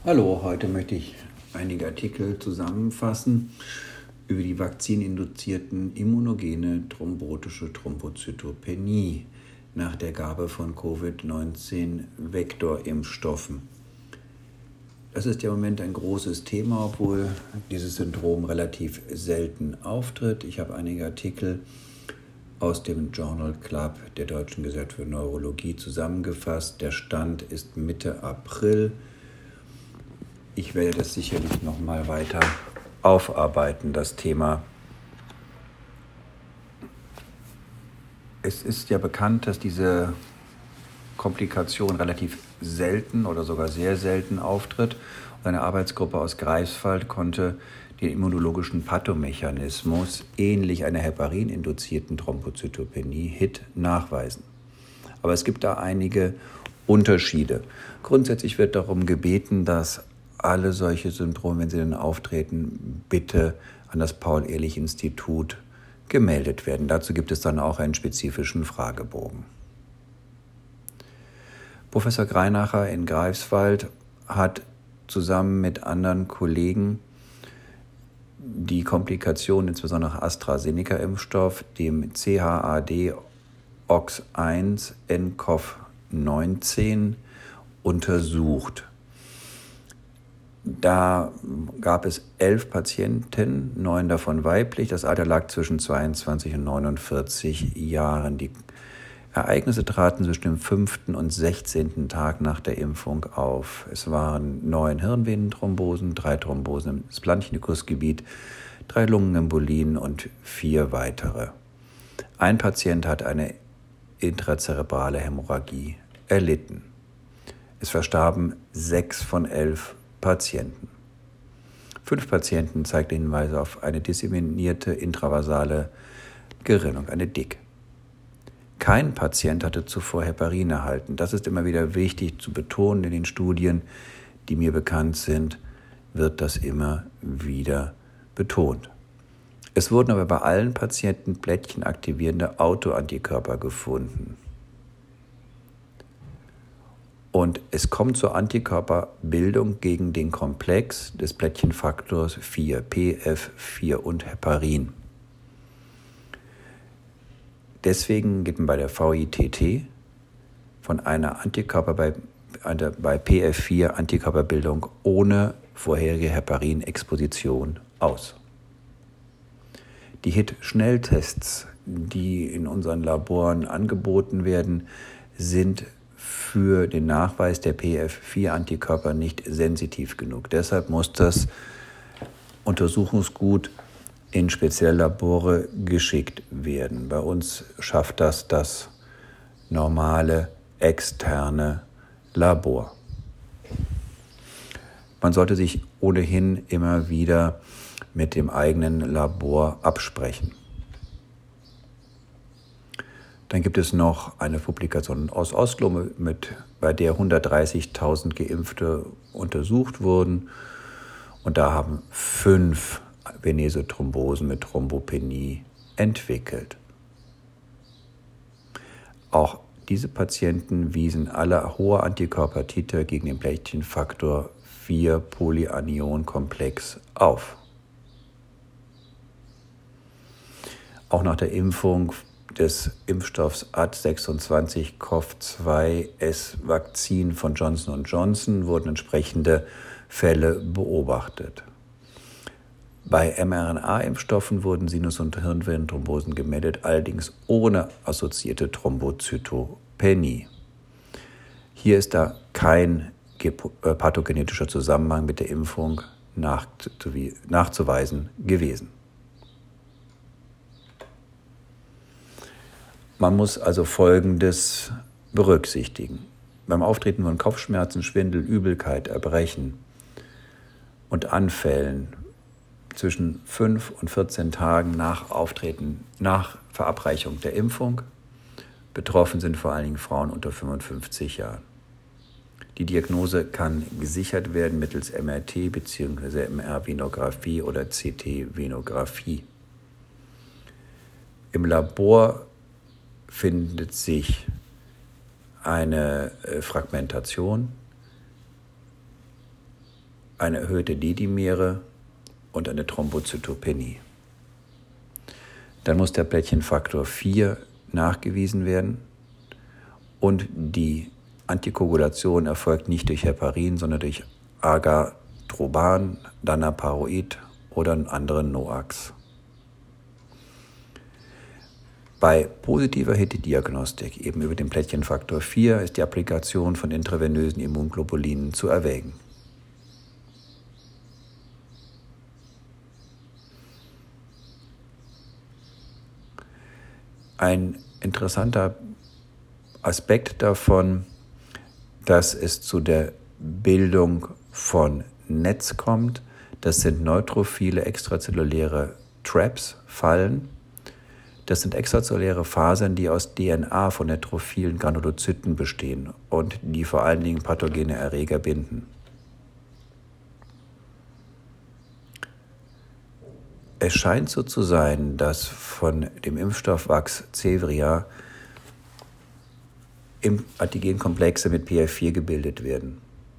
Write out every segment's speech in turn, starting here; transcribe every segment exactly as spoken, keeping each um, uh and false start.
Hallo, heute möchte ich einige Artikel zusammenfassen über die vakzininduzierten immunogene thrombotische Thrombozytopenie nach der Gabe von Covid neunzehn Vektorimpfstoffen. Das ist ja im Moment ein großes Thema, obwohl dieses Syndrom relativ selten auftritt. Ich habe einige Artikel aus dem Journal Club der Deutschen Gesellschaft für Neurologie zusammengefasst. Der Stand ist Mitte April. Ich werde das sicherlich noch mal weiter aufarbeiten, das Thema. Es ist ja bekannt, dass diese Komplikation relativ selten oder sogar sehr selten auftritt. Und eine Arbeitsgruppe aus Greifswald konnte den immunologischen Pathomechanismus ähnlich einer heparin-induzierten Thrombozytopenie H I T nachweisen. Aber es gibt da einige Unterschiede. Grundsätzlich wird darum gebeten, dass alle solche Syndrome, wenn sie dann auftreten, bitte an das Paul-Ehrlich-Institut gemeldet werden. Dazu gibt es dann auch einen spezifischen Fragebogen. Professor Greinacher in Greifswald hat zusammen mit anderen Kollegen die Komplikationen, insbesondere AstraZeneca-Impfstoff, dem C H A D O X eins N C O V neunzehn, untersucht. Da gab es elf Patienten, neun davon weiblich. Das Alter lag zwischen zweiundzwanzig und neunundvierzig Jahren. Die Ereignisse traten zwischen dem fünften und sechzehnten Tag nach der Impfung auf. Es waren neun Hirnvenenthrombosen, drei Thrombosen im Splanchnikusgebiet, drei Lungenembolien und vier weitere. Ein Patient hat eine intrazerebrale Hämorrhagie erlitten. Es verstarben sechs von elf Patienten. Fünf Patienten zeigten Hinweise auf eine disseminierte intravasale Gerinnung, eine D I C. Kein Patient hatte zuvor Heparin erhalten. Das ist immer wieder wichtig zu betonen. In den Studien, die mir bekannt sind, wird das immer wieder betont. Es wurden aber bei allen Patienten plättchenaktivierende Autoantikörper gefunden. Und es kommt zur Antikörperbildung gegen den Komplex des Plättchenfaktors vier, P F vier und Heparin. Deswegen geht man bei der V I T T von einer Antikörper bei, bei P F vier Antikörperbildung ohne vorherige Heparin-Exposition aus. Die H I T-Schnelltests, die in unseren Laboren angeboten werden, sind für den Nachweis der P F vier Antikörper nicht sensitiv genug. Deshalb muss das Untersuchungsgut in spezielle Labore geschickt werden. Bei uns schafft das das normale externe Labor. Man sollte sich ohnehin immer wieder mit dem eigenen Labor absprechen. Dann gibt es noch eine Publikation aus Oslo, mit, bei der hundertdreißigtausend Geimpfte untersucht wurden. Und da haben fünf venöse Thrombosen mit Thrombopenie entwickelt. Auch diese Patienten wiesen alle hohe Antikörpertiter gegen den Plättchenfaktor vier Polyanion-Komplex auf. Auch nach der Impfung des Impfstoffs A D sechsundzwanzig C O V zwei S Vakzin von Johnson und Johnson wurden entsprechende Fälle beobachtet. Bei mRNA-Impfstoffen wurden Sinus- und Hirnvenenthrombosen gemeldet, allerdings ohne assoziierte Thrombozytopenie. Hier ist da kein pathogenetischer Zusammenhang mit der Impfung nachzuweisen gewesen. Man muss also Folgendes berücksichtigen. Beim Auftreten von Kopfschmerzen, Schwindel, Übelkeit, Erbrechen und Anfällen zwischen fünf und vierzehn Tagen nach Auftreten, nach Verabreichung der Impfung. Betroffen sind vor allen Dingen Frauen unter fünfundfünfzig Jahren. Die Diagnose kann gesichert werden mittels M R T bzw. M R-Venographie oder C T-Venographie. Im Labor findet sich eine Fragmentation eine erhöhte D-Dimere und eine Thrombozytopenie. Dann muss der Plättchenfaktor vier nachgewiesen werden und die Antikoagulation erfolgt nicht durch Heparin, sondern durch Agatroban, Danaparoid oder einen anderen NOACs. Bei positiver Hitte-Diagnostik, eben über den Plättchenfaktor vier, ist die Applikation von intravenösen Immunglobulinen zu erwägen. Ein interessanter Aspekt davon, dass es zu der Bildung von Netz kommt, das sind neutrophile extrazelluläre Traps, Fallen. Das sind extrazelluläre Fasern, die aus D N A von neutrophilen Granulozyten bestehen und die vor allen Dingen pathogene Erreger binden. Es scheint so zu sein, dass von dem Impfstoff Vaxzevria Antigenkomplexe mit P F vier gebildet werden.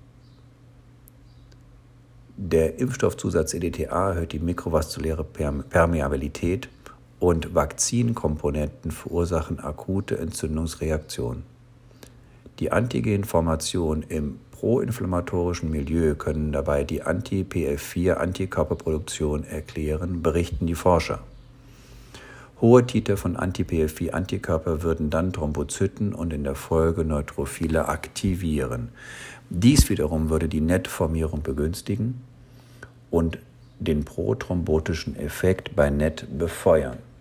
Der Impfstoffzusatz E D T A erhöht die mikrovaskuläre Permeabilität und Vakzinkomponenten verursachen akute Entzündungsreaktionen. Die Antigenformationen im proinflammatorischen Milieu können dabei die Anti-P F vier Antikörperproduktion erklären, berichten die Forscher. Hohe Titer von Anti-P F vier Antikörper würden dann Thrombozyten und in der Folge Neutrophile aktivieren. Dies wiederum würde die N E T-Formierung begünstigen und den prothrombotyschen Effekt bei N E T befeuern.